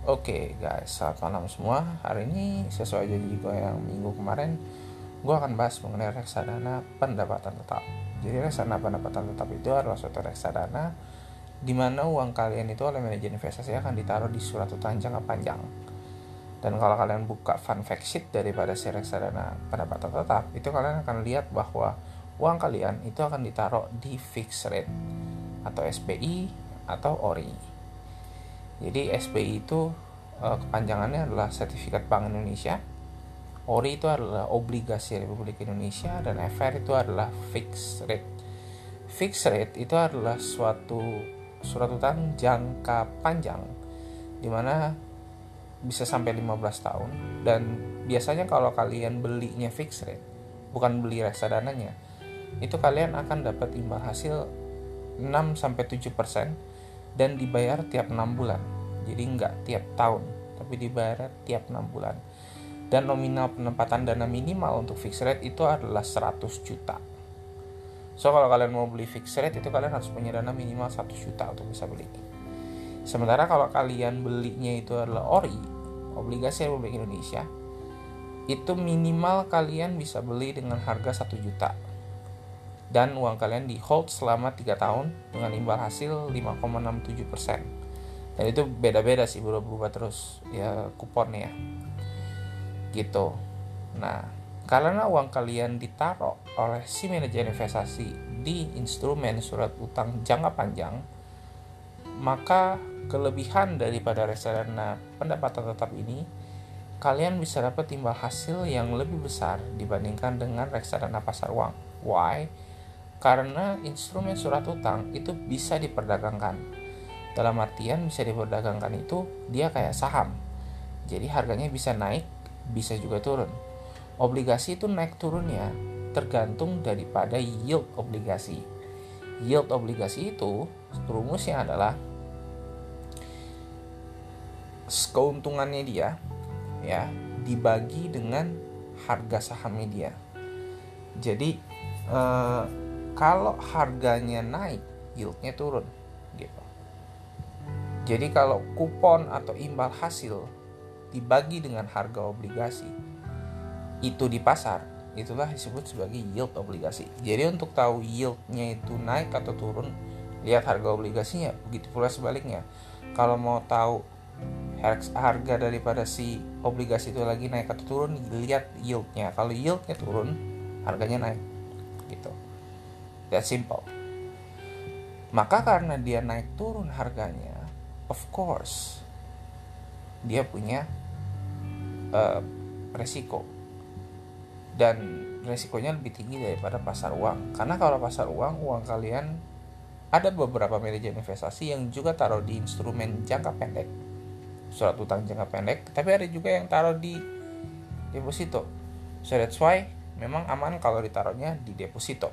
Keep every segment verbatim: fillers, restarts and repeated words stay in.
Oke guys, selamat malam semua. Hari ini sesuai janji gue yang minggu kemarin, gue akan bahas mengenai reksadana pendapatan tetap. Jadi reksadana pendapatan tetap itu adalah suatu reksadana di mana uang kalian itu oleh manajer investasi akan ditaruh di surat utang jangka panjang. Dan kalau kalian buka fun fact sheet daripada si reksadana pendapatan tetap, itu kalian akan lihat bahwa uang kalian itu akan ditaruh di fixed rate atau S B I atau O R I. Jadi S B I itu eh, kepanjangannya adalah Sertifikat Bank Indonesia, O R I itu adalah Obligasi Republik Indonesia, dan F R itu adalah Fixed Rate. Fixed Rate itu adalah suatu surat utang jangka panjang di mana bisa sampai lima belas tahun, dan biasanya kalau kalian belinya fixed rate, bukan beli reksadananya, itu kalian akan dapat imbal hasil enam sampai tujuh persen dan dibayar tiap enam bulan. Jadi enggak tiap tahun, tapi dibayar tiap enam bulan. Dan nominal penempatan dana minimal untuk fixed rate itu adalah seratus juta. So kalau kalian mau beli fixed rate itu kalian harus punya dana minimal seratus juta untuk bisa beli. Sementara kalau kalian belinya itu adalah O R I, Obligasi Republik Indonesia, itu minimal kalian bisa beli dengan harga satu juta. Dan uang kalian di hold selama tiga tahun dengan imbal hasil lima koma enam tujuh persen. Dan itu beda-beda sih, berubah-ubah terus ya kuponnya. Gitu. Nah, karena uang kalian ditaruh oleh si manajer investasi di instrumen surat utang jangka panjang, maka kelebihan daripada reksadana pendapatan tetap ini, kalian bisa dapat imbal hasil yang lebih besar dibandingkan dengan reksadana pasar uang. Why? Karena instrumen surat utang itu bisa diperdagangkan. Dalam artian bisa diperdagangkan itu dia kayak saham. Jadi harganya bisa naik, bisa juga turun. Obligasi itu naik turunnya tergantung daripada yield obligasi. Yield obligasi itu rumusnya adalah keuntungannya dia ya dibagi dengan harga sahamnya dia. Jadi eh, kalau harganya naik, yieldnya turun gitu. Jadi kalau kupon atau imbal hasil dibagi dengan harga obligasi itu di pasar, itulah disebut sebagai yield obligasi. Jadi untuk tahu yieldnya itu naik atau turun, lihat harga obligasinya. Begitu pula sebaliknya, kalau mau tahu harga daripada si obligasi itu lagi naik atau turun, lihat yieldnya. Kalau yieldnya turun, harganya naik gitu. That simple. Maka karena dia naik turun harganya, of course dia punya uh, resiko, dan resikonya lebih tinggi daripada pasar uang. Karena kalau pasar uang, uang kalian ada beberapa manajer investasi yang juga taruh di instrumen jangka pendek, surat utang jangka pendek, tapi ada juga yang taruh di deposito. So that's why memang aman kalau ditaruhnya di deposito.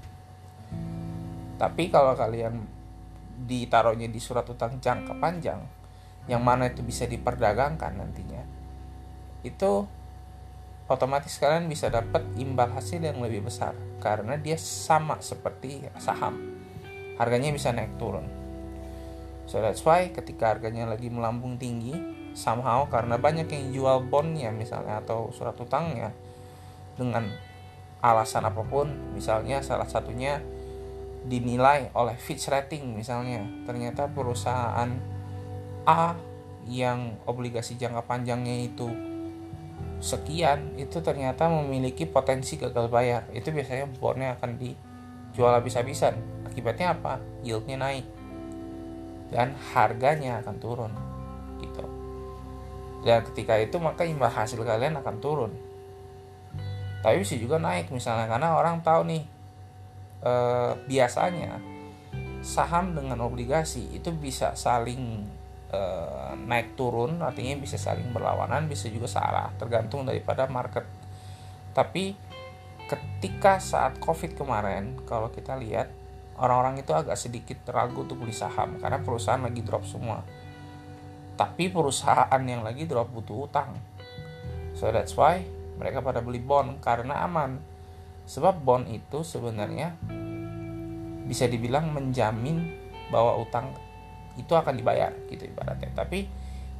Tapi kalau kalian ditaruhnya di surat utang jangka panjang, yang mana itu bisa diperdagangkan nantinya, itu otomatis kalian bisa dapat imbal hasil yang lebih besar karena dia sama seperti saham, harganya bisa naik turun. So that's why ketika harganya lagi melambung tinggi, somehow karena banyak yang jual bondnya misalnya atau surat utangnya dengan alasan apapun, misalnya salah satunya dinilai oleh Fitch Rating misalnya, ternyata perusahaan A yang obligasi jangka panjangnya itu sekian, itu ternyata memiliki potensi gagal bayar, itu biasanya bondnya akan dijual habis-habisan. Akibatnya apa? Yieldnya naik dan harganya akan turun gitu. Dan ketika itu maka imbal hasil kalian akan turun. Tapi bisa juga naik misalnya karena orang tahu nih eh, biasanya saham dengan obligasi itu bisa saling eh, naik turun, artinya bisa saling berlawanan, bisa juga salah, tergantung daripada market. Tapi ketika saat Covid kemarin, kalau kita lihat orang-orang itu agak sedikit ragu untuk beli saham karena perusahaan lagi drop semua. Tapi perusahaan yang lagi drop butuh utang. So that's why mereka pada beli bond karena aman. Sebab bond itu sebenarnya bisa dibilang menjamin bahwa utang itu akan dibayar gitu ibaratnya. Tapi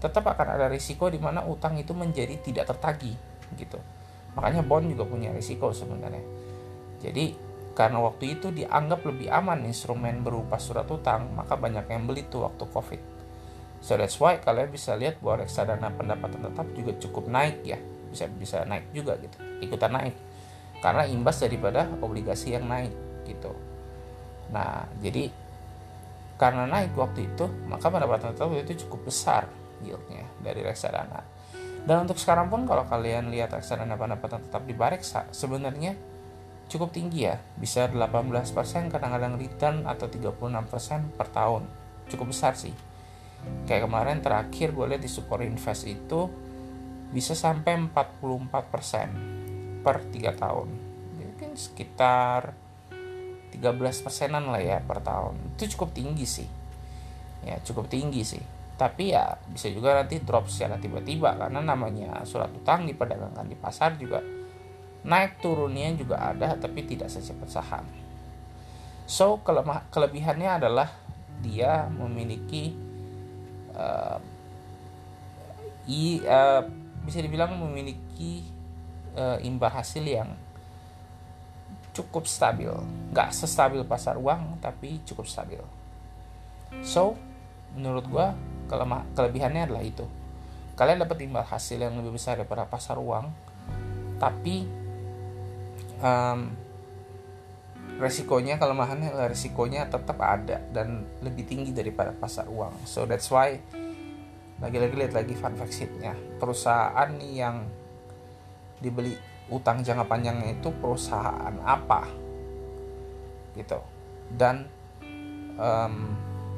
tetap akan ada risiko di mana utang itu menjadi tidak tertagih gitu. Makanya bond juga punya risiko sebenarnya. Jadi karena waktu itu dianggap lebih aman instrumen berupa surat utang, maka banyak yang beli tuh waktu Covid. So that's why kalian bisa lihat bahwa reksadana pendapatan tetap juga cukup naik ya, bisa bisa naik juga gitu, ikutan naik karena imbas daripada obligasi yang naik gitu. Nah jadi karena naik waktu itu, maka pendapatan tetap itu cukup besar yieldnya dari reksadana. Dan untuk sekarang pun kalau kalian lihat reksadana pendapatan tetap di Bareksa sebenarnya cukup tinggi ya, bisa delapan belas persen kadang-kadang return atau tiga puluh enam persen per tahun, cukup besar sih. Kayak kemarin terakhir gue lihat di Super Invest itu bisa sampai empat puluh empat persen per tiga tahun, mungkin sekitar tiga belas persenan lah ya per tahun. Itu cukup tinggi sih ya, cukup tinggi sih. Tapi ya bisa juga nanti drop secara tiba-tiba, karena namanya surat utang diperdagangkan di pasar juga naik turunnya juga ada, tapi tidak secepat saham. So kelemah, kelebihannya adalah dia memiliki uh, i, uh, bisa dibilang memiliki uh, imbal hasil yang cukup stabil, nggak sestabil pasar uang tapi cukup stabil. So menurut gue kelemah, kelebihannya adalah itu, kalian dapat imbal hasil yang lebih besar daripada pasar uang, tapi um, resikonya, kelemahannya adalah resikonya tetap ada dan lebih tinggi daripada pasar uang. So that's why lagi-lagi lihat lagi fun fact sheet-nya, perusahaan yang dibeli utang jangka panjangnya itu perusahaan apa gitu, dan um,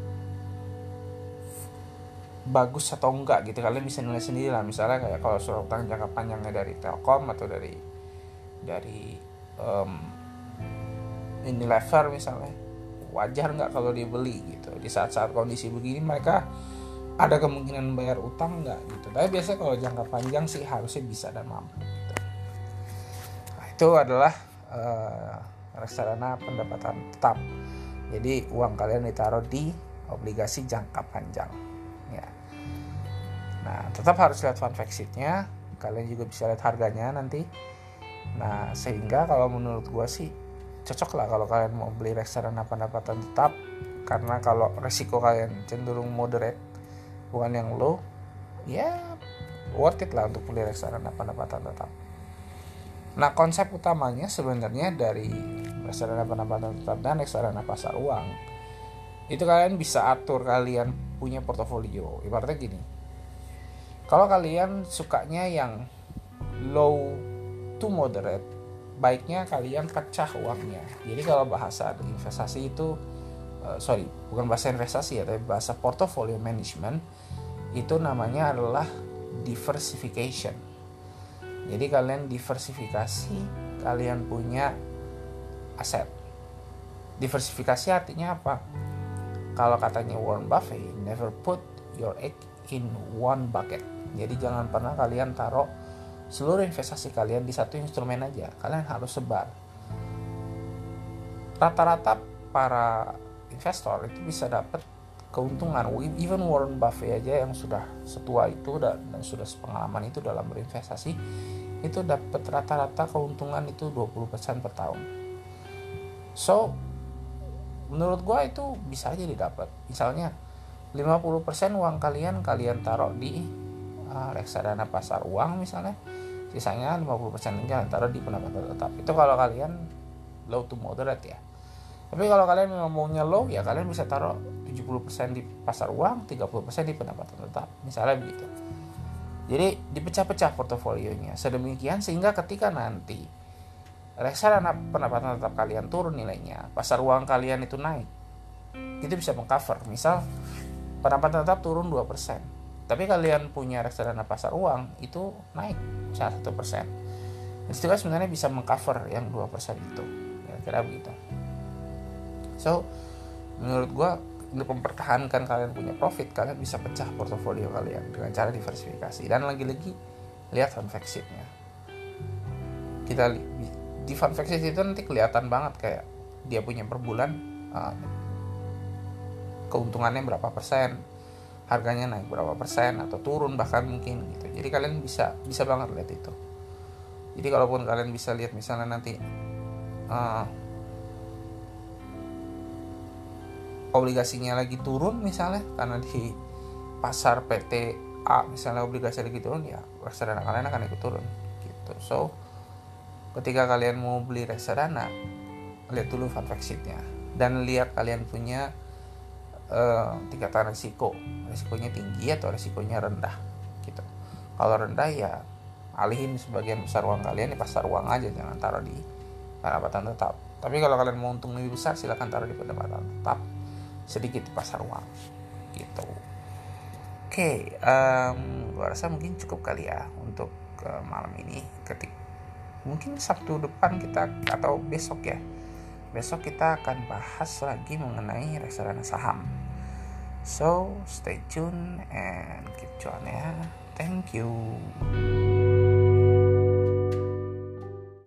bagus atau enggak gitu, kalian bisa nilai sendiri lah. Misalnya kayak kalau surat utang jangka panjangnya dari Telkom atau dari dari um, Unilever misalnya, wajar nggak kalau dibeli gitu di saat-saat kondisi begini, mereka ada kemungkinan bayar utang nggak gitu. Tapi biasanya kalau jangka panjang sih harusnya bisa dan mampu gitu. Nah, itu adalah uh, reksadana pendapatan tetap. Jadi uang kalian ditaruh di obligasi jangka panjang ya. Nah tetap harus lihat fun fact sheet-nya, kalian juga bisa lihat harganya nanti. Nah sehingga kalau menurut gue sih cocok lah kalau kalian mau beli reksadana pendapatan tetap, karena kalau resiko kalian cenderung moderate bukan yang low, ya worth it lah untuk beli reksadana pendapatan tetap. Nah konsep utamanya sebenarnya dari reksadana pendapatan tetap dan reksadana pasar uang itu, kalian bisa atur kalian punya portofolio. Ibaratnya gini, kalau kalian sukanya yang low to moderate, baiknya kalian pecah uangnya. Jadi kalau bahasa investasi itu uh, sorry bukan bahasa investasi ya, tapi bahasa portfolio management, itu namanya adalah diversification. Jadi kalian diversifikasi, kalian punya aset. Diversifikasi artinya apa? Kalau katanya Warren Buffett, never put your egg in one bucket. Jadi jangan pernah kalian taruh seluruh investasi kalian di satu instrumen aja. Kalian harus sebar. Rata-rata para investor itu bisa dapat keuntungan. Even Warren Buffett aja yang sudah setua itu dan, dan sudah sepengalaman itu dalam berinvestasi, itu dapat rata-rata keuntungan itu dua puluh persen per tahun. So menurut gue itu bisa aja didapat. Misalnya lima puluh persen uang kalian kalian taruh di uh, reksadana pasar uang misalnya, sisanya lima puluh persen kalian taruh di pendapatan tetap. Itu kalau kalian low to moderate ya. Tapi kalau kalian ngomongnya low ya, kalian bisa taruh tujuh puluh persen di pasar uang, tiga puluh persen di pendapatan tetap, misalnya begitu. Jadi dipecah-pecah portofolionya sedemikian sehingga ketika nanti reksadana pendapatan tetap kalian turun nilainya, pasar uang kalian itu naik, itu bisa mengcover. Misal pendapatan tetap turun dua persen, tapi kalian punya reksadana pasar uang itu naik satu persen. Itu kan sebenarnya bisa mengcover yang dua persen itu, kira-kira begitu. So menurut gue untuk mempertahankan kalian punya profit, kalian bisa pecah portofolio kalian dengan cara diversifikasi. Dan lagi-lagi lihat fun fact sheet-nya. Kita di fun fact sheet itu nanti kelihatan banget kayak dia punya per bulan uh, keuntungannya berapa persen, harganya naik berapa persen atau turun bahkan mungkin gitu. Jadi kalian bisa bisa banget lihat itu. Jadi kalaupun kalian bisa lihat misalnya nanti uh, obligasinya lagi turun misalnya karena di pasar P T A misalnya obligasi lagi turun, ya reksadana kalian akan ikut turun gitu. So ketika kalian mau beli reksadana, lihat dulu fund fact sheet-nya dan lihat kalian punya uh, tingkatan risiko, risikonya tinggi atau risikonya rendah gitu. Kalau rendah ya alihin sebagian besar uang kalian di pasar uang aja, jangan taruh di pendapatan tetap. Tapi kalau kalian mau untung lebih besar, silakan taruh di pendapatan tetap, sedikit di pasar uang gitu. Oke, okay, um, gua rasa mungkin cukup kali ya untuk uh, malam ini. Ketik mungkin Sabtu depan kita atau besok ya, besok kita akan bahas lagi mengenai reksadana saham. So stay tune and keep on ya. Thank you.